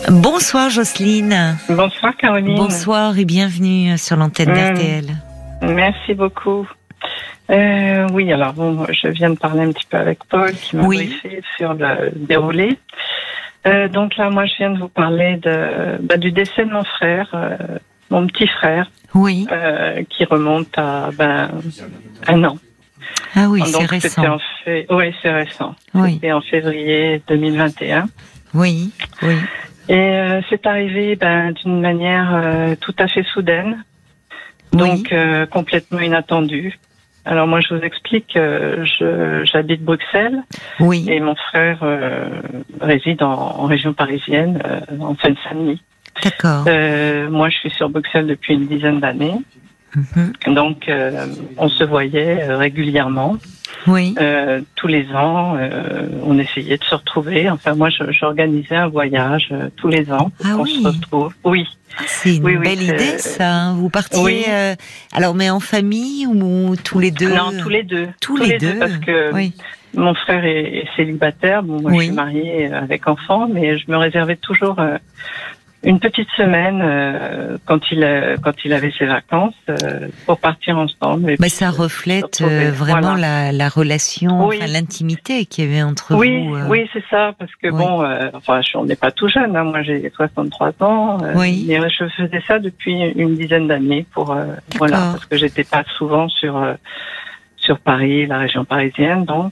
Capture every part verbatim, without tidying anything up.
Bonsoir Jocelyne. Bonsoir Caroline. Bonsoir et bienvenue sur l'antenne mmh. d'R T L. Merci beaucoup. Euh, oui, alors bon, je viens de parler un petit peu avec Paul qui m'a oui. briefé sur le déroulé. Euh, donc là, moi, je viens de vous parler de, bah, du décès de mon frère, euh, mon petit frère, oui. euh, qui remonte à ben, un an. Ah oui, donc, c'est récent. En fait... Oui, c'est récent. Oui. C'était en février deux mille vingt et un. Oui, oui. Et euh, c'est arrivé ben, d'une manière euh, tout à fait soudaine, donc oui. euh, complètement inattendue. Alors moi, je vous explique, euh, je, j'habite Bruxelles oui. et mon frère euh, réside en, en région parisienne, euh, en Seine-Saint-Denis. D'accord. Euh, moi, je suis sur Bruxelles depuis une dizaine d'années, mm-hmm. donc euh, on se voyait euh, régulièrement. Oui. Euh, tous les ans, euh, on essayait de se retrouver. Enfin, moi, je, j'organisais un voyage euh, tous les ans pour ah qu'on oui. se retrouve. Oui. Ah, c'est une oui, belle oui, idée, ça. Vous partiez, oui. euh, alors, mais en famille ou tous les deux? Non, tous les deux. Tous, tous les, les deux. deux. Parce que oui. mon frère est, est célibataire. Bon, moi, oui. je suis mariée avec enfant, mais je me réservais toujours euh, une petite semaine euh, quand il euh, quand il avait ses vacances euh, pour partir ensemble. Et bah, ça reflète euh, vraiment voilà. la, la relation, oui. enfin, l'intimité qu'il y avait entre oui, vous. Euh... Oui, c'est ça, parce que oui. bon, euh, enfin, on n'est pas tout jeune. Hein, moi, j'ai soixante-trois ans, euh, oui. mais je faisais ça depuis une dizaine d'années pour euh, voilà, parce que j'étais pas souvent sur euh, sur Paris, la région parisienne, donc.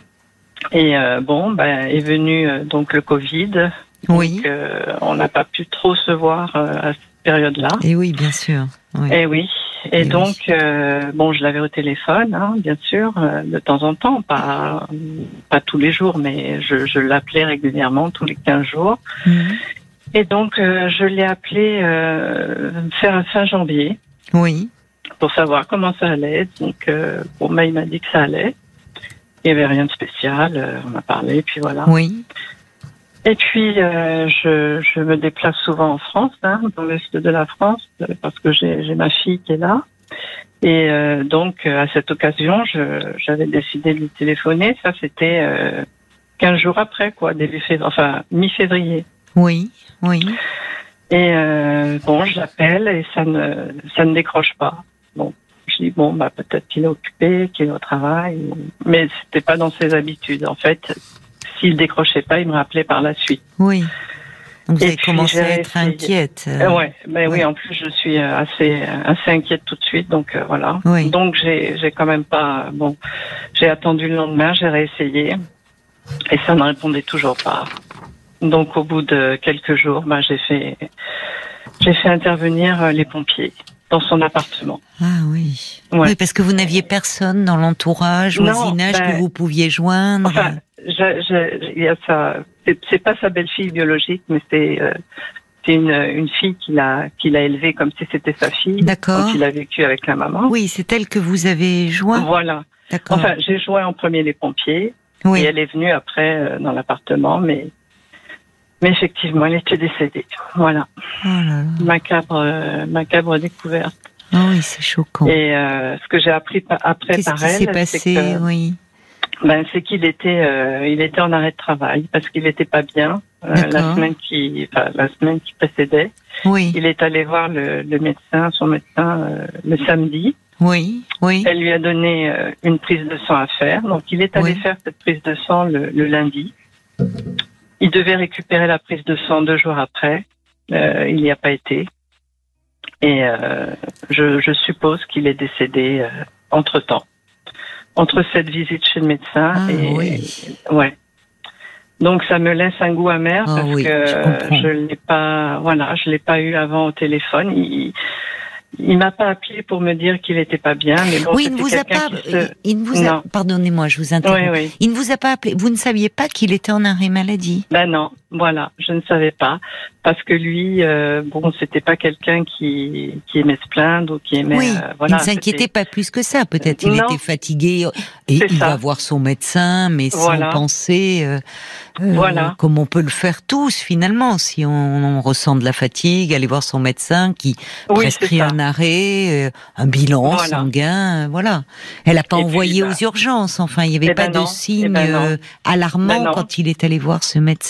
Et euh, bon, ben est venu euh, donc le Covid. Oui. Donc, euh, on n'a pas pu trop se voir euh, à cette période-là. Et oui, bien sûr. Oui. Et oui. Et, Et donc, oui. Euh, bon, je l'avais au téléphone, hein, bien sûr, euh, de temps en temps, pas pas tous les jours, mais je, je l'appelais régulièrement, tous les quinze jours. Mmh. Et donc, euh, je l'ai appelé euh, fin, fin janvier. Oui. Pour savoir comment ça allait. Donc, euh, bon, bah, il m'a dit que ça allait. Il n'y avait rien de spécial. Euh, on a parlé, puis voilà. Oui. Et puis, euh, je, je me déplace souvent en France, hein, dans l'est de la France, parce que j'ai, j'ai ma fille qui est là. Et euh, donc, à cette occasion, je, j'avais décidé de lui téléphoner. Ça, c'était euh, quinze jours après, quoi, début février, enfin, mi-février. Oui, oui. Et euh, bon, je l'appelle et ça ne, ça ne décroche pas. Bon, je dis, bon, bah, peut-être qu'il est occupé, qu'il est au travail. Mais c'était pas dans ses habitudes, en fait. S'il décrochait pas, il me rappelait par la suite. Oui. Donc vous et avez commencé à être essayé... inquiète. Euh... Euh, ouais, ben ouais. oui. En plus, je suis assez assez inquiète tout de suite, donc euh, voilà. Oui. Donc j'ai j'ai quand même pas bon. J'ai attendu le lendemain, j'ai réessayé et ça ne répondait toujours pas. Donc au bout de quelques jours, ben j'ai fait j'ai fait intervenir les pompiers dans son appartement. Ah oui. Ouais. Oui, parce que vous n'aviez personne dans l'entourage, voisinage ben, que vous pouviez joindre. Enfin, je, je, il y a ça. C'est, c'est pas sa belle-fille biologique, mais c'est euh, c'est une une fille qu'il a qu'il a élevée comme si c'était sa fille. D'accord. Quand il a vécu avec la maman. Oui, c'est elle que vous avez joint. Voilà. D'accord. Enfin, j'ai joint en premier les pompiers. Oui. Et elle est venue après euh, dans l'appartement, mais mais effectivement, elle était décédée. Voilà. Oh là là. Macabre, euh, macabre découverte. Ah oui, c'est choquant. Et euh, ce que j'ai appris pa- après Qu'est-ce par qui elle, s'est passé, c'est que, oui. Ben, c'est qu'il était, euh, il était en arrêt de travail parce qu'il était pas bien euh, la semaine qui, enfin, la semaine qui précédait. Oui. Il est allé voir le, le médecin, son médecin, euh, le samedi. Oui, oui. Elle lui a donné euh, une prise de sang à faire, donc il est allé oui. faire cette prise de sang le, le lundi. Il devait récupérer la prise de sang deux jours après. Euh, il n'y a pas été. Et euh, je, je suppose qu'il est décédé euh, entre-temps. Entre cette visite chez le médecin ah, et oui. ouais. Donc ça me laisse un goût amer ah, parce oui, que je, je l'ai pas, voilà, je l'ai pas eu avant au téléphone. Il, il m'a pas appelé pour me dire qu'il était pas bien, mais bon, oui, il ne vous a pas, se... il ne vous a, non. pardonnez-moi, je vous interromps. Oui, oui. Il ne vous a pas appelé. Vous ne saviez pas qu'il était en arrêt maladie? Ben non, voilà, je ne savais pas parce que lui, euh, bon, c'était pas quelqu'un qui qui aimait se plaindre ou qui aimait. Oui, euh, voilà, il ne s'inquiétait c'était... pas plus que ça. Peut-être il non. était fatigué et C'est il ça. va voir son médecin, mais voilà. sans penser. Euh, euh, voilà. Comme on peut le faire tous finalement, si on, on ressent de la fatigue, aller voir son médecin qui oui, prescrit un arrêt, euh, un bilan voilà. sanguin, euh, voilà. Elle n'a pas et envoyé puis, bah... aux urgences. Enfin, il n'y avait eh pas ben de non. signe eh ben euh, alarmant ben quand il est allé voir ce médecin.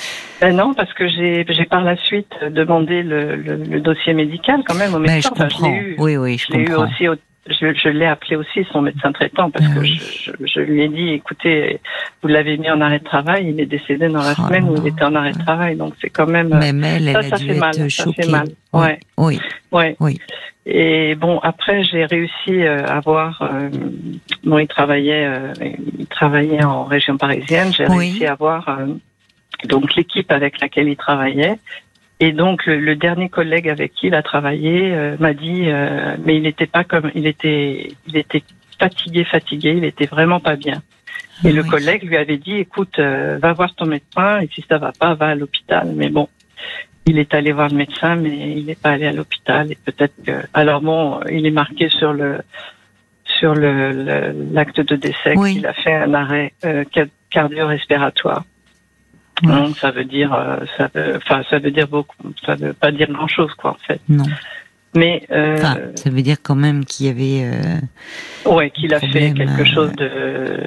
Ben non, parce que j'ai, j'ai par la suite demandé le, le, le dossier médical quand même au médecin. Ben, je comprends. Enfin, je l'ai eu, oui, oui, je, je l'ai comprends. eu aussi au, Je, je l'ai appelé aussi son médecin traitant parce ben que oui. je, je, je lui ai dit, écoutez, vous l'avez mis en arrêt de travail, il est décédé dans la oh semaine non. où il était en arrêt de travail, donc c'est quand même. Même elle, ça, elle ça a dû fait être mal, choquée. Ça fait mal. Oui. Ouais. Oui. Ouais. Oui. Et bon, après j'ai réussi à avoir. Euh, bon, il travaillait, euh, il travaillait en région parisienne. J'ai oui. réussi à avoir euh, donc l'équipe avec laquelle il travaillait. Et donc le, le dernier collègue avec qui il a travaillé euh, m'a dit, euh, mais il n'était pas comme, il était, il était fatigué, fatigué, il était vraiment pas bien. Et oui. le collègue lui avait dit, écoute, euh, va voir ton médecin et si ça va pas, va à l'hôpital. Mais bon, il est allé voir le médecin, mais il n'est pas allé à l'hôpital. Et peut-être que, alors bon, il est marqué sur le, sur le, le l'acte de décès oui. qu'il a fait un arrêt euh, cardio-respiratoire. Ouais. Donc ça veut dire, euh, ça veut, enfin ça veut dire beaucoup, ça veut pas dire grand chose quoi en fait. Non. Mais euh, enfin, ça veut dire quand même qu'il y avait. Euh, ouais, qu'il a fait quelque chose de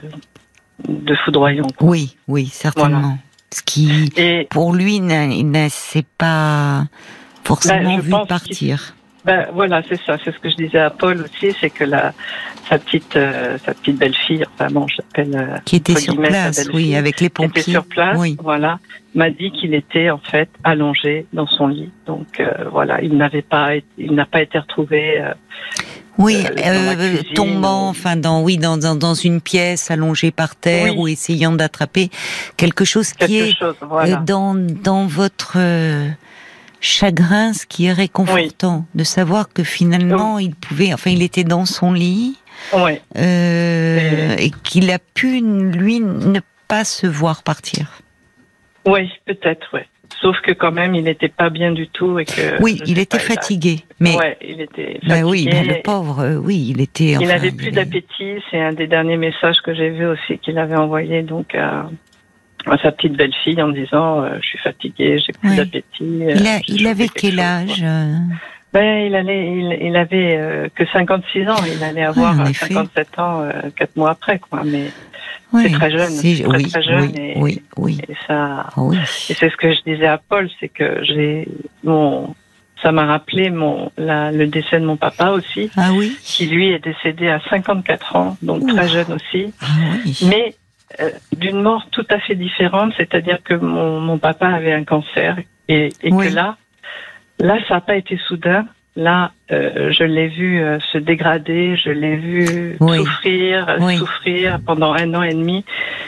de foudroyant. Quoi. Oui, oui, certainement. Voilà. Ce qui, et, pour lui, il ne s'est pas forcément ben, vu partir. Ben voilà, c'est ça, c'est ce que je disais à Paul aussi, c'est que la sa petite euh, sa petite belle-fille, enfin bon, je l'appelle euh, qui était sur place, oui, avec les pompiers, qui était sur place, oui. voilà, m'a dit qu'il était en fait allongé dans son lit, donc euh, voilà, il n'avait pas, il n'a pas été retrouvé. Euh, oui, euh, cuisine, tombant, ou... enfin dans oui dans, dans dans une pièce, allongé par terre oui. ou essayant d'attraper quelque chose quelque qui chose, est voilà. euh, dans dans votre euh, chagrin, ce qui est réconfortant, oui. de savoir que finalement oui. il pouvait, enfin il était dans son lit, oui. euh, et... et qu'il a pu lui ne pas se voir partir. Oui, peut-être, oui. Sauf que quand même, il n'était pas bien du tout et que. Oui, il était pas, fatigué, il a... mais. Ouais, il était. Bah oui, bah le pauvre, euh, oui, il était. Il enfin, n'avait plus il... d'appétit. C'est un des derniers messages que j'ai vu aussi qu'il avait envoyé donc à. à sa petite belle-fille en disant euh, je suis fatiguée, j'ai plus ouais. d'appétit. Euh, il, a, il avait quel chose, âge euh... Ben il allait, il, il avait euh, que cinquante-six ans, il allait avoir ouais, cinquante-sept ans euh, quatre mois après quoi, mais ouais, c'est très jeune, c'est très, oui, très jeune oui, et, oui, oui. et ça, oui. et c'est ce que je disais à Paul, c'est que j'ai mon ça m'a rappelé mon la, le décès de mon papa aussi, ah oui, qui lui est décédé à cinquante-quatre ans, donc Ouf. très jeune aussi, ah oui. mais Euh, d'une mort tout à fait différente, c'est-à-dire que mon, mon papa avait un cancer et, et oui. que là, là ça n'a pas été soudain. Là, euh, je l'ai vu euh, se dégrader, je l'ai vu oui. souffrir, oui. souffrir pendant un an et demi.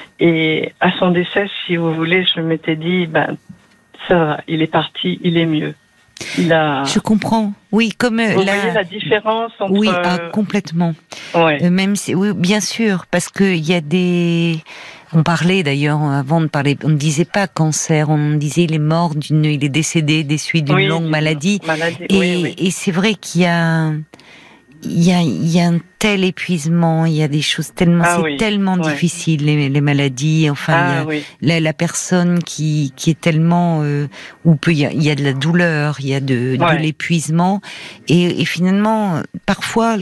Et à son décès, si vous voulez, je m'étais dit, ben ça va, il est parti, il est mieux. Il a... Je comprends. Oui, comme Vous la... voyez la différence entre. Oui, ah, complètement. Ouais. Euh, même si, oui, bien sûr, parce que il y a des. On parlait d'ailleurs avant de parler. On ne disait pas cancer, on disait il est mort d'une, il est décédé des suites d'une oui, longue maladie. maladie. Et, oui, oui. et c'est vrai qu'il y a. Il y a, il y a un tel épuisement, il y a des choses tellement, ah c'est oui, tellement ouais. difficile les, les maladies. Enfin, ah il y a oui. la, la personne qui qui est tellement euh, où peut il y a, il y a de la douleur, il y a de, ouais. de l'épuisement et, et finalement parfois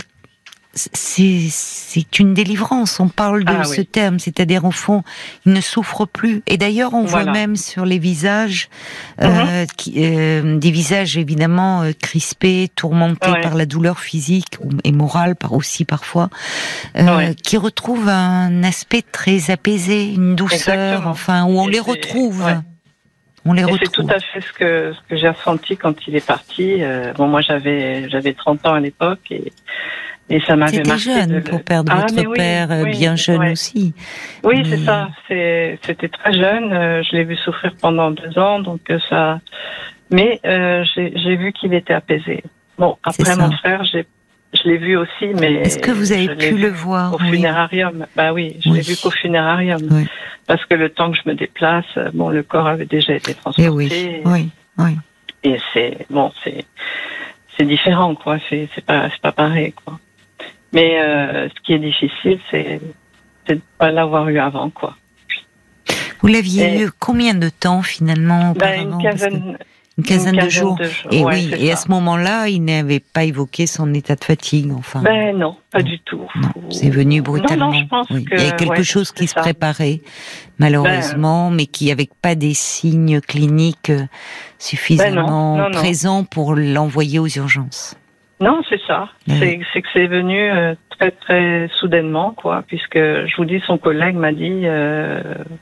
c'est c'est une délivrance. On parle de ah, ce oui. terme, c'est-à-dire au fond, il ne souffre plus. Et d'ailleurs, on voilà. voit même sur les visages, euh, mm-hmm. qui, euh, des visages évidemment euh, crispés, tourmentés ouais. par la douleur physique et morale, par aussi parfois, euh, ouais. qui retrouvent un aspect très apaisé, une douceur, Exactement. enfin, où on et les retrouve. Ouais. On les et retrouve. C'est tout à fait ce que ce que j'ai ressenti quand il est parti. Euh, bon, moi j'avais j'avais trente ans à l'époque et Et ça m'avait C'était marqué jeune de... pour perdre ah, votre oui, père, oui, bien jeune ouais. aussi. Oui, mais... c'est ça. C'est, c'était très jeune. Euh, je l'ai vu souffrir pendant deux ans, donc euh, ça. Mais euh, j'ai, j'ai vu qu'il était apaisé. Bon, après mon frère, j'ai, je l'ai vu aussi, mais. Est-ce que vous avez pu le voir au oui. funérarium? Bah oui, je oui. l'ai vu qu'au funérarium, oui. parce que le temps que je me déplace, bon, le corps avait déjà été transporté. Et oui, oui, oui. Et c'est bon, c'est c'est différent, quoi. C'est c'est pas c'est pas pareil, quoi. Mais euh, ce qui est difficile, c'est, c'est de ne pas l'avoir eu avant, quoi. Vous l'aviez Et, eu combien de temps, finalement, ben, une quinzaine, Une quinzaine, une quinzaine de jours. De jours. Et ouais, oui, et ça. À ce moment-là, il n'avait pas évoqué son état de fatigue, enfin. Ben non, pas non. du tout. Non, c'est venu brutalement. Non, non, je pense oui. que, il y avait quelque ouais, chose qui se ça. préparait, malheureusement, ben, mais qui n'avait pas des signes cliniques suffisamment ben non, non, présents non. pour l'envoyer aux urgences. Non, c'est ça. Ben, c'est, c'est que c'est venu euh, très très soudainement, quoi, puisque je vous dis, son collègue m'a dit euh,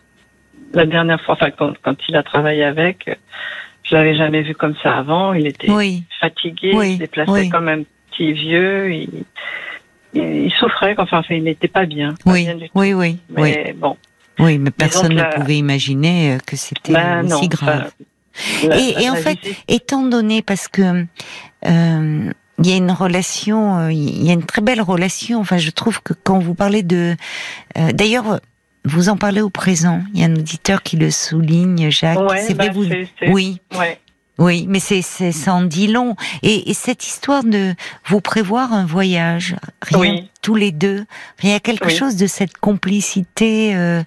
la dernière fois, enfin quand, quand il a travaillé avec. Je l'avais jamais vu comme ça avant. Il était oui. fatigué, oui. il se déplaçait oui. comme un petit vieux. Il, il, il souffrait, enfin, il n'était pas bien. Pas oui. bien du tout. oui, oui, mais oui. bon. Oui, mais personne ne la... pouvait imaginer que c'était ben, aussi non, grave. Ça, la, et, la, et en la fait, visite... étant donné, parce que euh, il y a une relation, euh, il y a une très belle relation. Enfin, je trouve que quand vous parlez de, euh, d'ailleurs. Vous en parlez au présent. Il y a un auditeur qui le souligne, Jacques. Ouais, c'est bah vrai, vous. C'est, c'est... Oui. Ouais. Oui, mais c'est, c'est, ça en dit long. Et, et cette histoire de vous prévoir un voyage, rien, oui. tous les deux, il y a quelque oui. chose de cette complicité. Euh,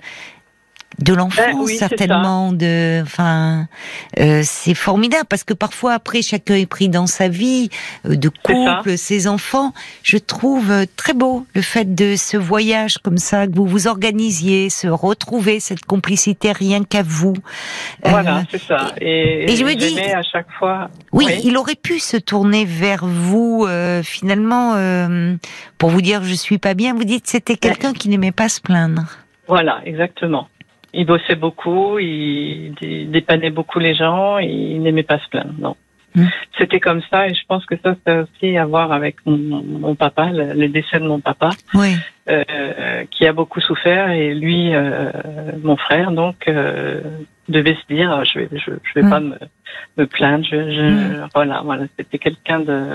de l'enfance ben, oui, certainement, de, enfin, euh, c'est formidable parce que parfois après chacun est pris dans sa vie, euh, de couple, ses enfants. Je trouve très beau le fait de ce voyage comme ça que vous vous organisiez, se retrouver cette complicité rien qu'à vous. Voilà, euh, c'est ça. Et, et, et je me dis à chaque fois. Oui, oui, il aurait pu se tourner vers vous euh, finalement euh, pour vous dire je suis pas bien. Vous dites c'était quelqu'un qui n'aimait pas se plaindre. Voilà, exactement. Il bossait beaucoup, il dépannait beaucoup les gens, il n'aimait pas se plaindre, non. Mmh. C'était comme ça, et je pense que ça, ça a aussi à voir avec mon, mon papa, le, le décès de mon papa, oui. euh, qui a beaucoup souffert, et lui, euh, mon frère, donc, euh, devait se dire, je vais, je, je vais mmh. pas me, me plaindre, je, je mmh. voilà, voilà, c'était quelqu'un de,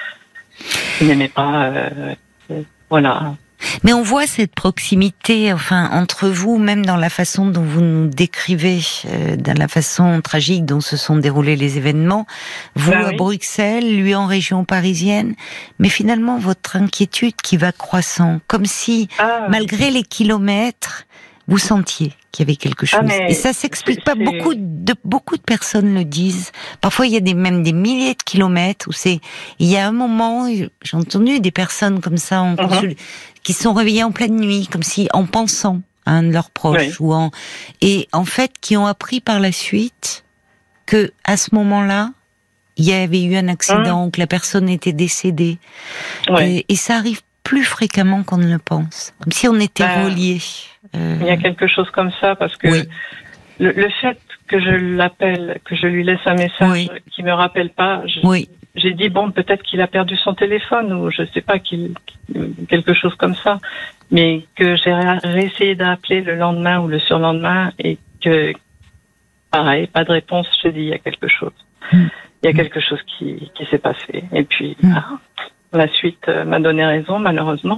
qui n'aimait pas, euh, voilà. Mais on voit cette proximité, enfin, entre vous, même dans la façon dont vous nous décrivez, euh, dans la façon tragique dont se sont déroulés les événements. Vous ben à oui. Bruxelles, lui en région parisienne. Mais finalement, votre inquiétude qui va croissant, comme si, ah, malgré oui. les kilomètres, vous sentiez qu'il y avait quelque chose. Ah, et ça s'explique c'est, pas. c'est... Beaucoup de beaucoup de personnes le disent. Parfois, il y a des, même des milliers de kilomètres où c'est. Il y a un moment, j'ai entendu des personnes comme ça en uh-huh. consul... qui se sont réveillées en pleine nuit, comme si en pensant à un de leurs proches, oui. ou en et en fait qui ont appris par la suite que à ce moment-là, il y avait eu un accident, mmh. ou que la personne était décédée. Oui. Et, et ça arrive plus fréquemment qu'on ne le pense, comme si on était ben, reliés. Euh... Il y a quelque chose comme ça, parce que oui. le, le fait que je l'appelle, que je lui laisse un message oui. qui me rappelle pas, je, oui. j'ai dit bon, peut-être qu'il a perdu son téléphone ou je sais pas, qu'il, quelque chose comme ça, mais que j'ai réessayé d'appeler le lendemain ou le surlendemain et que pareil, pas de réponse. Je dis il y a quelque chose, mmh. il y a quelque chose qui, qui s'est passé. Et puis mmh. ah, la suite euh, m'a donné raison, malheureusement.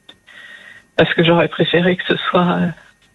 Parce que j'aurais préféré que ce soit euh,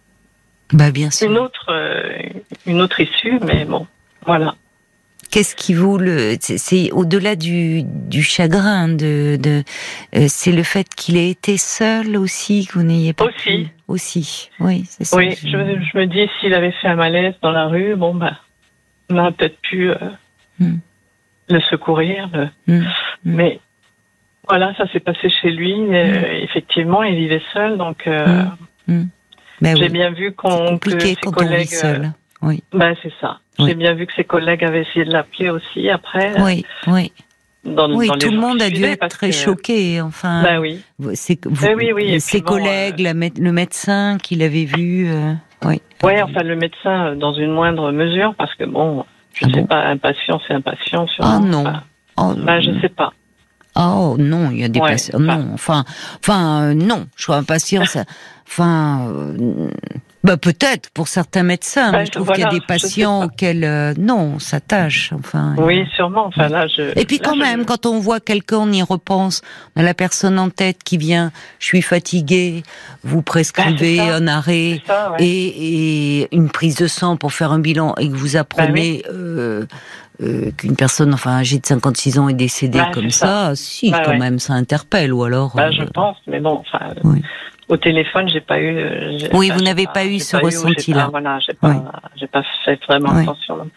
bah, bien sûr. une autre, euh, une autre issue, mais bon, voilà. Qu'est-ce qui vous le, c'est, c'est au-delà du, du chagrin de, de, euh, c'est le fait qu'il ait été seul aussi, que vous n'ayez pas aussi, pu, aussi, oui, c'est ça. Oui, je, je me dis s'il avait fait un malaise dans la rue, bon bah, on aurait peut-être pu euh, mm. le secourir, le... Mm. mais. Voilà, ça s'est passé chez lui. Mmh. Euh, effectivement, il vivait seul, donc euh, mmh. ben j'ai oui. bien vu qu'on c'est compliqué que ses quand collègues. On vit seul. Oui. Ben c'est ça. Oui. J'ai bien vu que ses collègues avaient essayé de l'appeler aussi après. Oui, oui. Dans, oui, dans tout le monde a dû être très que... choqué. Enfin, ben oui. C'est, vous, ben oui, oui. Ses bon, collègues, euh... la, le médecin qui l'avait vu. Euh, oui. Ouais, enfin le médecin dans une moindre mesure, parce que bon, je ah sais bon pas, un patient c'est un patient. Ah non. Enfin, oh, ben je sais pas. Oh non, il y a des ouais, patients. Non, enfin, enfin euh, non. Je suis impatient. Ça, enfin, euh, bah peut-être pour certains médecins. Ben, mais je trouve voilà, qu'il y a des patients auxquels euh, non, ça tâche. Enfin. Oui, euh, sûrement. Enfin là, je. Et puis là, quand je... même, quand on voit quelqu'un, on y repense. On a la personne en tête qui vient. Je suis fatiguée. Vous prescrivez ben, un arrêt ça, ouais. et, et une prise de sang pour faire un bilan et que vous apprenez. Ben, oui. euh, Euh, qu'une personne, enfin âgée de cinquante-six ans est décédée bah, comme ça, ça, si bah, quand ouais. même ça interpelle ou alors. Bah, euh... je pense, mais bon, enfin, oui. au téléphone j'ai pas eu. Oui, enfin, vous n'avez pas, pas eu ce ressenti-là. Voilà, j'ai pas, oui. j'ai pas fait vraiment oui. attention non plus.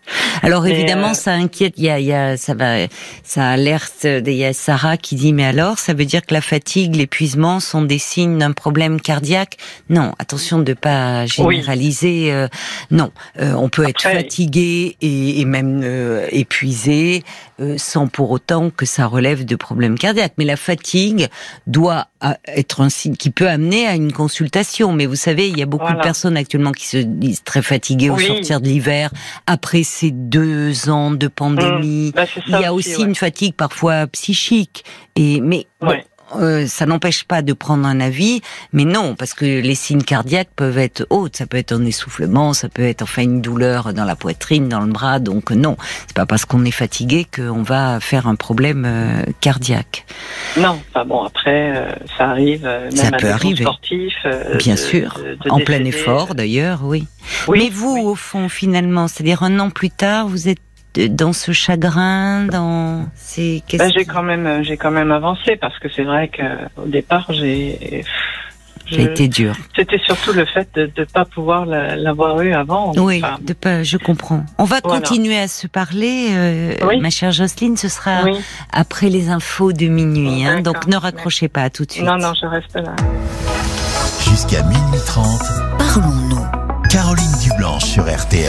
Alors évidemment, euh... ça inquiète. Il y a, il y a, ça va, ça alerte. Il y a Sarah qui dit mais alors, ça veut dire que la fatigue, l'épuisement sont des signes d'un problème cardiaque? Non, attention de pas généraliser. Oui. Euh, non, euh, on peut Après... être fatigué et, et même euh, épuisé euh, sans pour autant que ça relève de problèmes cardiaques. Mais la fatigue doit être un signe qui peut amener à une consultation. Mais vous savez, il y a beaucoup voilà. de personnes actuellement qui se disent très fatiguées oui. au sortir de l'hiver après ces deux ans de pandémie. Mmh, bah il y a aussi, aussi ouais. une fatigue parfois psychique. Et mais ouais. bon, euh, ça n'empêche pas de prendre un avis. Mais non, parce que les signes cardiaques peuvent être autres. Ça peut être un essoufflement, ça peut être enfin une douleur dans la poitrine, dans le bras. Donc non, c'est pas parce qu'on est fatigué qu'on va faire un problème euh, cardiaque. Non, enfin bon après euh, ça arrive. Euh, même ça à peut des arriver. Sportifs, euh, bien de, sûr, de, de en décéder. Plein effort d'ailleurs, oui. oui Mais vous, oui. au fond, finalement, c'est-à-dire un an plus tard, vous êtes dans ce chagrin, dans ces ben, j'ai quand même, j'ai quand même avancé parce que c'est vrai que au départ, j'ai, je, ça a été dur. C'était surtout le fait de ne pas pouvoir l'avoir eu avant. Oui, enfin, de pas. Je comprends. On va voilà. continuer à se parler, euh, oui. ma chère Jocelyne. Ce sera oui. après les infos de minuit, hein, donc ne raccrochez pas, à tout de suite. Non, non, je reste là. Jusqu'à minuit trente, parlons-nous. Caroline Dublanche sur R T L.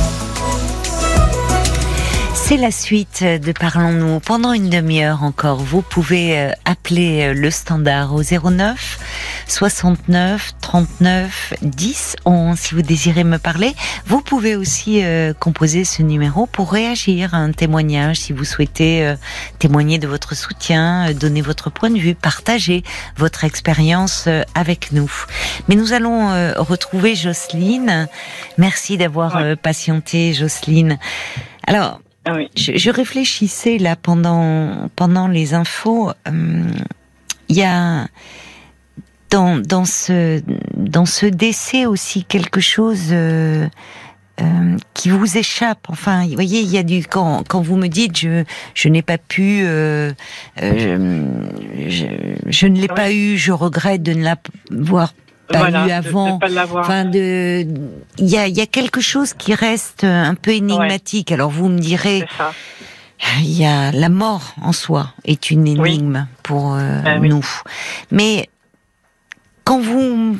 C'est la suite de Parlons-nous. Pendant une demi-heure encore, vous pouvez appeler le standard au zéro neuf soixante-neuf trente-neuf dix onze si vous désirez me parler. Vous pouvez aussi euh, composer ce numéro pour réagir à un témoignage si vous souhaitez euh, témoigner de votre soutien, euh, donner votre point de vue, partager votre expérience euh, avec nous. Mais nous allons euh, retrouver Jocelyne. Merci d'avoir ouais. euh, patienté, Jocelyne. Alors, Ah oui. Je, je réfléchissais là pendant pendant les infos. Il euh, y a dans dans ce dans ce décès aussi quelque chose euh, euh, qui vous échappe. Enfin, vous voyez, il y a du quand quand vous me dites je je n'ai pas pu, euh, euh, je, je je ne l'ai oui. pas eu. Je regrette de ne l'avoir pas voilà, eu avant. De, de pas enfin, de, il y a, il y a quelque chose qui reste un peu énigmatique. Ouais. Alors vous me direz, il y a la mort en soi est une énigme oui. pour euh, ah, nous. Oui. Mais quand vous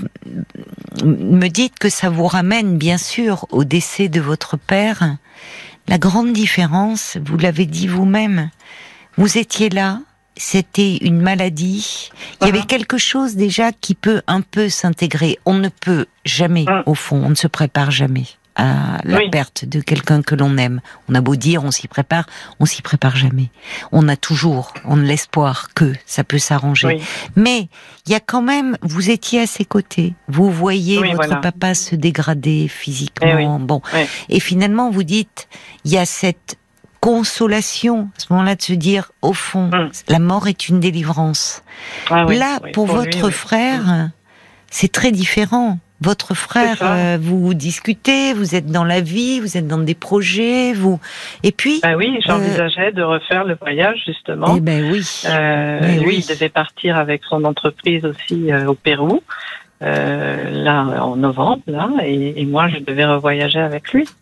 me dites que ça vous ramène, bien sûr, au décès de votre père, la grande différence, vous l'avez dit vous-même, vous étiez là. C'était une maladie. Il y avait quelque chose déjà qui peut un peu s'intégrer. On ne peut jamais, au fond, on ne se prépare jamais à la oui. perte de quelqu'un que l'on aime. On a beau dire, on s'y prépare, on s'y prépare jamais. On a toujours, on a l'espoir que ça peut s'arranger. Oui. Mais il y a quand même, vous étiez à ses côtés. Vous voyez oui, votre voilà. papa se dégrader physiquement. Eh oui. Bon, oui. Et finalement, vous dites, il y a cette consolation, à ce moment-là, de se dire, au fond, mmh. la mort est une délivrance. Ah oui, Là, oui, pour, pour votre lui, frère, oui. c'est très différent. Votre frère, euh, vous discutez, vous êtes dans la vie, vous êtes dans des projets, vous... Et puis... Bah oui, j'envisageais euh... de refaire le voyage, justement. Eh ben oui. Euh, eh lui, oui. il devait partir avec son entreprise aussi euh, au Pérou, euh, là, en novembre, là, et, et moi, je devais revoyager avec lui.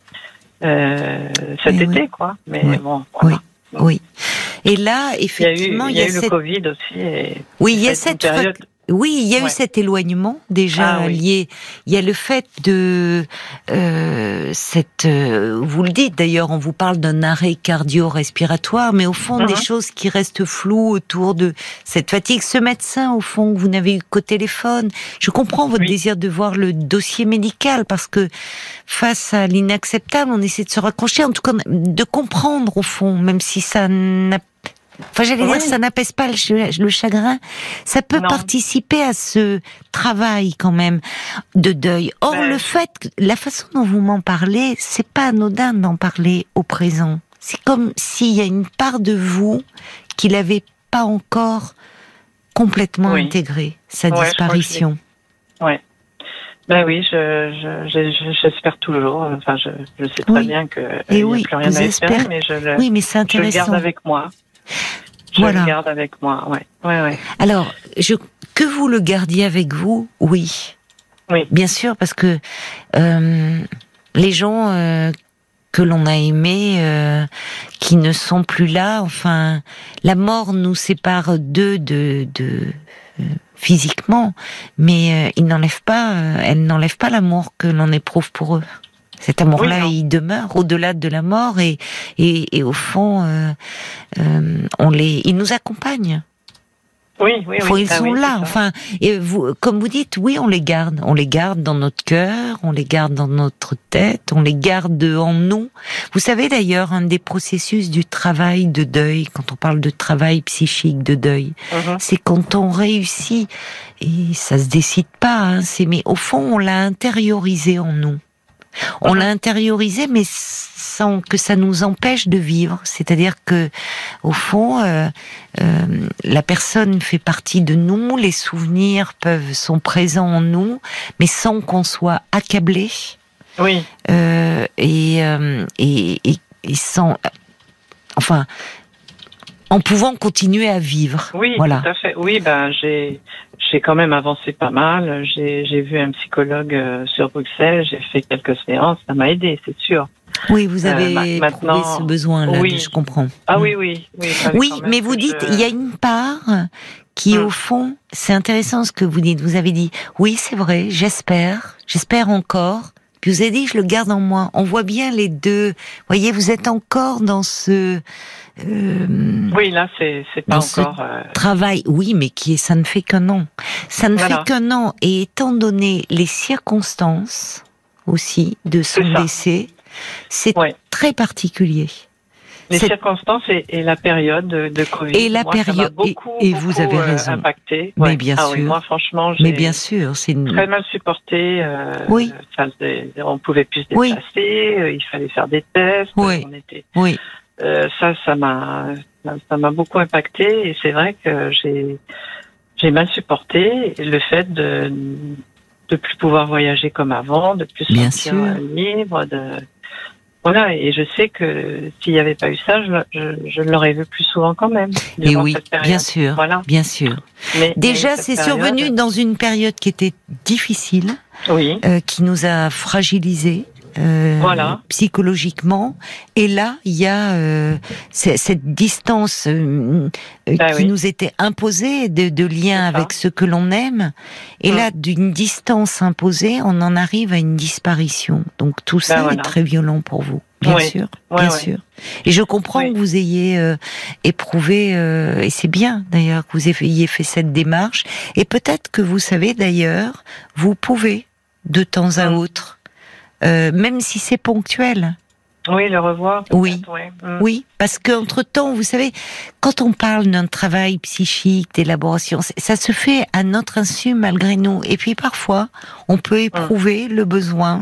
Euh, cet et été, oui. quoi. Mais oui. bon, voilà. Oui, oui. Et là, effectivement, il y a eu, il y a il y a eu cette... le Covid aussi. Et oui, il y a cette période. Oui, il y a ouais. eu cet éloignement déjà ah, oui. lié. Il y a le fait de euh, cette. Euh, vous le dites d'ailleurs, on vous parle d'un arrêt cardio-respiratoire, mais au fond, mm-hmm. des choses qui restent floues autour de cette fatigue. Ce médecin, au fond, que vous n'avez eu qu'au téléphone. Je comprends votre oui. désir de voir le dossier médical parce que face à l'inacceptable, on essaie de se raccrocher, en tout cas de comprendre au fond, même si ça n'a Enfin, j'allais oui. dire, ça n'apaise pas le, le chagrin. Ça peut non. participer à ce travail, quand même, de deuil. Or, ben... le fait, la façon dont vous m'en parlez, c'est pas anodin d'en parler au présent. C'est comme s'il y a une part de vous qui l'avait pas encore complètement oui. intégré, sa ouais, disparition. Ouais. Ben oui, je, je, je, j'espère toujours. Enfin, je, je sais très oui. bien que il n'y a oui, plus rien à espérer, mais je le, oui, mais c'est intéressant. Je le garde avec moi. Je voilà. le garde avec moi, ouais, ouais, ouais. Alors, je, que vous le gardiez avec vous, oui, oui, bien sûr, parce que euh, les gens euh, que l'on a aimés, euh, qui ne sont plus là. Enfin, la mort nous sépare d'eux de, de euh, physiquement, mais euh, il n'enlève pas, euh, elle n'enlève pas l'amour que l'on éprouve pour eux. Cet amour-là, oui, il demeure au-delà de la mort, et et, et au fond, euh, euh, on les, ils nous accompagnent. Oui, oui, Faut, oui. ils ah, sont oui, là. Enfin, et vous, comme vous dites, oui, on les garde. On les garde dans notre cœur, on les garde dans notre tête, on les garde en nous. Vous savez d'ailleurs, un des processus du travail de deuil, quand on parle de travail psychique de deuil, uh-huh. c'est quand on réussit, et ça se décide pas, hein, c'est, mais au fond, on l'a intériorisé en nous. On l'a intériorisé, mais sans que ça nous empêche de vivre. C'est-à-dire que, au fond, euh, euh, la personne fait partie de nous, les souvenirs peuvent sont présents en nous, mais sans qu'on soit accablé. Oui. Euh, et, euh, et, et, et sans, enfin, en pouvant continuer à vivre. Oui, voilà. Tout à fait. Oui, ben j'ai. J'ai quand même avancé pas mal. J'ai, j'ai vu un psychologue euh, sur Bruxelles. J'ai fait quelques séances. Ça m'a aidé, c'est sûr. Oui, vous avez euh, maintenant ce besoin-là, oui. je comprends. Ah oui, oui, oui. Oui, mais vous dites, je... il y a une part qui, hum. au fond, c'est intéressant ce que vous dites. Vous avez dit, oui, c'est vrai, j'espère, j'espère encore. Puis vous avez dit, je le garde en moi. On voit bien les deux. Vous voyez, vous êtes encore dans ce... Euh, oui, là, c'est, c'est pas encore... Euh... travail, oui, mais qui est, ça ne fait qu'un an. Ça ne voilà. fait qu'un an. Et étant donné les circonstances aussi de son décès, c'est ouais. très particulier. Les c'est... circonstances et, et la période de Covid. Et la moi, période, ça m'a beaucoup, et, et beaucoup, vous avez raison. Euh, impacté. Mais ouais. bien ah, sûr. Oui, moi, franchement, j'ai mais bien sûr, c'est une... très mal supporté. Euh, oui. Ça, on pouvait plus se déplacer. Oui. Il fallait faire des tests. Oui. On était... Oui. Euh, ça, ça m'a, ça m'a beaucoup impacté, et c'est vrai que j'ai, j'ai mal supporté le fait de de plus pouvoir voyager comme avant, de plus se sentir libre, de voilà. Et je sais que s'il n'y avait pas eu ça, je, je, je l'aurais vu plus souvent quand même. Et oui, bien sûr, voilà. bien sûr. Mais, Déjà, mais c'est période... survenu dans une période qui était difficile, oui, euh, qui nous a fragilisés. Euh, voilà. psychologiquement, et là il y a euh, cette distance euh, bah qui oui. nous était imposée de, de lien avec ce que l'on aime, et mmh. là d'une distance imposée on en arrive à une disparition, donc tout ça bah voilà. est très violent pour vous, bien oui. sûr, ouais, bien ouais. sûr, et je comprends oui. que vous ayez euh, éprouvé, euh, et c'est bien d'ailleurs que vous ayez fait cette démarche, et peut-être que vous savez d'ailleurs, vous pouvez de temps à mmh. autre Euh, même si c'est ponctuel. Oui, le revoir. Oui, ouais. mmh. oui, parce qu'entre temps, vous savez, quand on parle d'un travail psychique, d'élaboration, ça se fait à notre insu malgré nous. Et puis parfois, on peut éprouver mmh. le besoin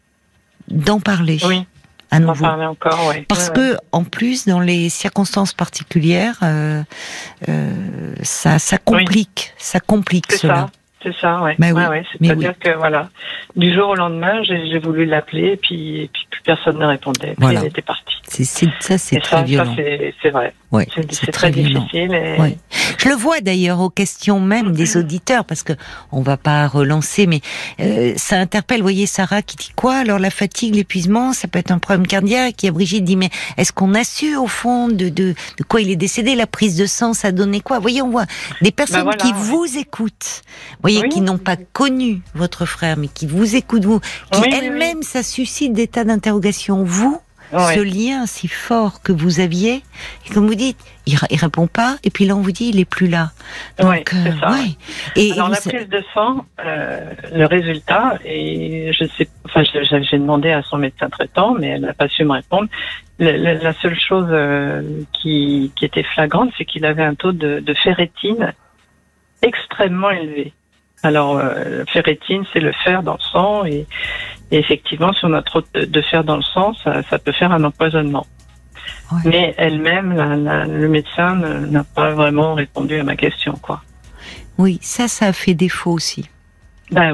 d'en parler. Oui. À nouveau. En parler encore, ouais. Parce ouais, que, ouais. en plus, dans les circonstances particulières, euh, euh, ça, ça complique, oui. ça complique c'est cela. Ça. C'est ça, ouais. Bah oui. ouais, ouais. C'est-à-dire oui. que voilà, du jour au lendemain, j'ai, j'ai voulu l'appeler, et puis, et puis plus personne ne répondait. Puis voilà. Elle était partie. C'est, c'est, ça, c'est et très ça, violent. Ça, c'est, c'est vrai. Ouais, c'est, c'est, c'est très, très violent. difficile. Et... Ouais. Je le vois d'ailleurs aux questions même des auditeurs, parce que on va pas relancer, mais euh, ça interpelle. Vous voyez Sarah qui dit quoi? Alors la fatigue, l'épuisement, ça peut être un problème cardiaque. Et Brigitte dit mais est-ce qu'on a su au fond de, de, de quoi il est décédé? La prise de sang, ça donnait quoi? Vous voyez, on voit des personnes bah voilà, qui ouais. vous écoutent, vous voyez, oui. qui n'ont pas connu votre frère, mais qui vous écoutent vous, qui oui, elle-même, oui. ça suscite des tas d'interrogations. Vous, ouais. ce lien si fort que vous aviez, et comme vous dites, il, il répond pas, et puis là on vous dit il est plus là. Donc, ouais, c'est ça. Euh, ouais. Et, Alors et la vous... prise de sang, euh, le résultat, et je sais, enfin j'ai, j'ai demandé à son médecin traitant, mais elle n'a pas su me répondre. Le, le, la seule chose euh, qui, qui était flagrante, c'est qu'il avait un taux de, de ferritine extrêmement élevé. Alors, euh, ferritine, c'est le fer dans le sang, et, et effectivement, si on a trop de, de fer dans le sang, ça, ça peut faire un empoisonnement. Ouais. Mais elle-même, la, la, le médecin ne, n'a pas vraiment répondu à ma question, quoi. Oui, ça, ça a fait défaut aussi. Ben oui.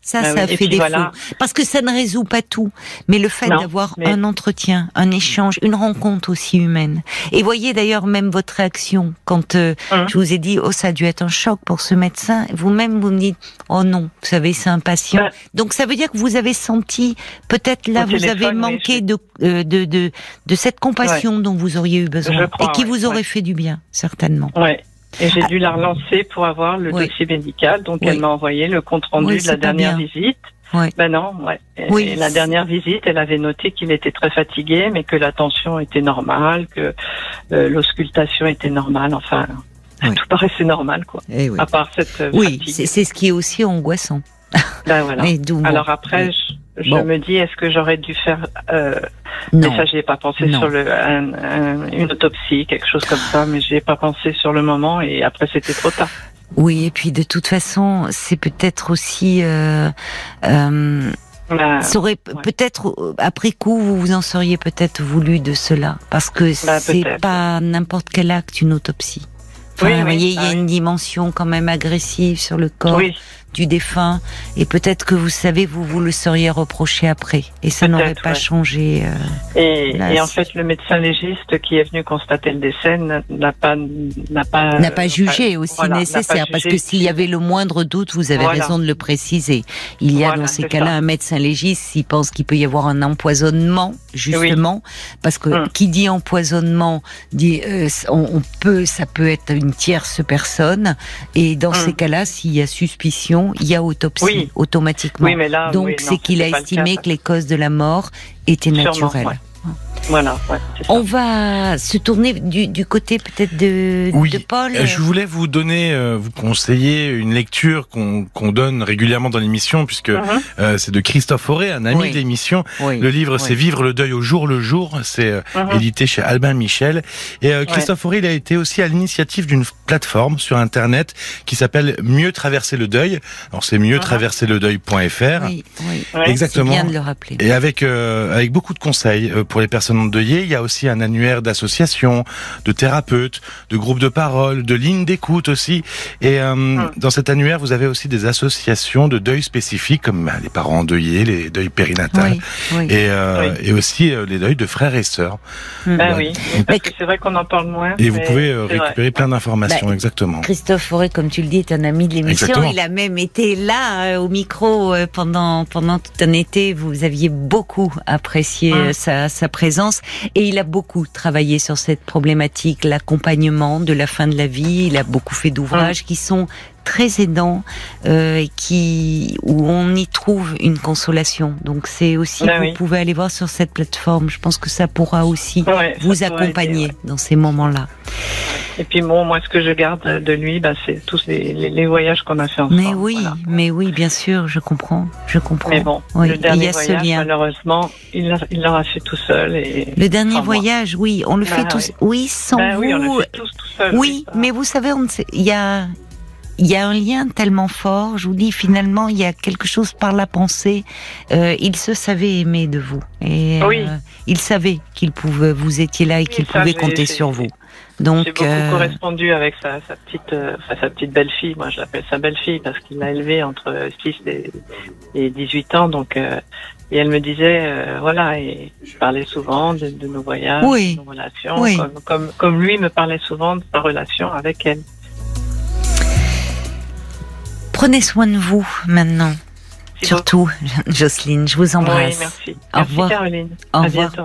Ça, bah ça oui. a Et fait défaut. Voilà. Parce que ça ne résout pas tout. Mais le fait non, d'avoir mais... un entretien, un échange, une rencontre aussi humaine. Et voyez d'ailleurs même votre réaction quand euh, hum. je vous ai dit, oh, ça a dû être un choc pour ce médecin. Vous-même, vous me dites, oh non, vous savez, c'est un patient. Bah, Donc ça veut dire que vous avez senti, peut-être là, vous avez manqué oui, je... de, euh, de, de, de cette compassion ouais. dont vous auriez eu besoin. Crois, et qui ouais, vous aurait ouais. fait du bien, certainement. Ouais. Et j'ai ah. dû la relancer pour avoir le oui. dossier médical. Donc, oui. elle m'a envoyé le compte-rendu oui, de la dernière bien. visite. Oui. Ben non, ouais. Et, oui. et la dernière visite, elle avait noté qu'il était très fatigué, mais que la tension était normale, que euh, l'auscultation était normale. Enfin, oui. tout paraissait normal, quoi. Et oui. À part cette euh, oui, fatigue. C'est, c'est ce qui est aussi angoissant. Ben voilà. Alors après, oui. je, je bon. me dis, est-ce que j'aurais dû faire... Euh, non. Mais ça, j'y ai pas pensé non. sur le, un, un, une autopsie, quelque chose comme ça, mais j'y ai pas pensé sur le moment et après, c'était trop tard. Oui, et puis de toute façon, c'est peut-être aussi... Euh, euh, bah, ça aurait ouais. peut-être, après coup, vous vous en seriez peut-être voulu de cela, parce que bah, c'est peut-être. pas n'importe quel acte, une autopsie. Enfin, oui, vous voyez, il oui, y a oui. une dimension quand même agressive sur le corps oui. du défunt, et peut-être que vous savez, vous vous le seriez reproché après, et ça peut-être, n'aurait pas ouais. changé. Euh, et, et en fait, le médecin légiste qui est venu constater le décès n'a pas n'a pas n'a pas jugé aussi voilà, nécessaire, parce que s'il y avait le moindre doute, vous avez voilà. raison de le préciser. Il y a voilà, dans ces cas-là ça. un médecin légiste s'il pense qu'il peut y avoir un empoisonnement, justement, oui. parce que hum. qui dit empoisonnement dit euh, on, on peut, ça peut être une tierce personne, et dans hum. ces cas-là, s'il y a suspicion, il y a autopsie oui. automatiquement. Oui, mais là, Donc oui, c'est non, qu'il a estimé que les causes de la mort étaient Sûrement, naturelles. Ouais. Voilà, ouais, c'est ça. On va se tourner du, du côté peut-être de, oui, de Paul. Je voulais vous donner, euh, vous conseiller une lecture qu'on, qu'on donne régulièrement dans l'émission, puisque uh-huh. euh, c'est de Christophe Auré, un ami oui. de l'émission. Oui. Le livre, oui. c'est Vivre le deuil au jour le jour. C'est euh, uh-huh. édité chez Albin Michel. Et euh, Christophe ouais. Auré, il a été aussi à l'initiative d'une plateforme sur Internet qui s'appelle Mieux traverser le deuil. Alors c'est mieux traverser le deuil point f r. Oui, oui. Exactement. C'est bien de le rappeler. Et avec euh, avec beaucoup de conseils euh, pour les personnes endeuillées. Il y a aussi un annuaire d'associations, de thérapeutes, de groupes de parole, de lignes d'écoute aussi. Et euh, mmh. dans cet annuaire, vous avez aussi des associations de deuil spécifiques, comme bah, les parents endeuillés, les deuils périnatales, oui, oui. Et, euh, oui. et aussi euh, les deuils de frères et sœurs. Mmh. Bah, bah oui, parce que c'est vrai qu'on en parle moins. Et vous pouvez euh, récupérer vrai. plein d'informations, bah, exactement. Christophe Fauré, comme tu le dis, est un ami de l'émission. Exactement. Il a même été là, euh, au micro, euh, pendant, pendant tout un été. Vous aviez beaucoup apprécié mmh. sa, sa présence. Et il a beaucoup travaillé sur cette problématique, l'accompagnement de la fin de la vie. Il a beaucoup fait d'ouvrages mmh. qui sont très aidants, euh, qui où on y trouve une consolation. Donc c'est aussi ben vous oui. pouvez aller voir sur cette plateforme. Je pense que ça pourra aussi ouais, vous accompagner aider, ouais. dans ces moments-là. Et puis bon, moi ce que je garde de lui, bah, c'est tous les, les, les voyages qu'on a fait ensemble. Mais oui, voilà. mais oui, bien sûr, je comprends, je comprends. Mais bon, oui. le dernier il y a voyage, ce lien. Malheureusement, il l'a, il l'aura fait tout seul. Et le dernier voyage, moi. oui, on le bah, fait tous, ouais. oui, sans bah, vous. Oui, on le fait tous tout seul. Oui, mais vous savez, on ne sait, il y a. Il y a un lien tellement fort, je vous dis, finalement, il y a quelque chose par la pensée. Euh, il se savait aimer de vous. Et oui. euh, il savait qu'il pouvait, vous étiez là et qu'il ça, pouvait compter sur vous. Donc, j'ai beaucoup euh... correspondu avec sa, sa petite, euh, enfin, sa petite belle-fille. Moi, je l'appelle sa belle-fille parce qu'il l'a élevée entre six et, et dix-huit ans. Donc, euh, et elle me disait, euh, voilà, et je parlais souvent de, de nos voyages, oui. de nos relations, oui. comme, comme, comme lui me parlait souvent de sa relation avec elle. Prenez soin de vous maintenant. C'est surtout, beau. Jocelyne, je vous embrasse. Oui, merci. Au Merci revoir. Caroline. Au à revoir. Bientôt.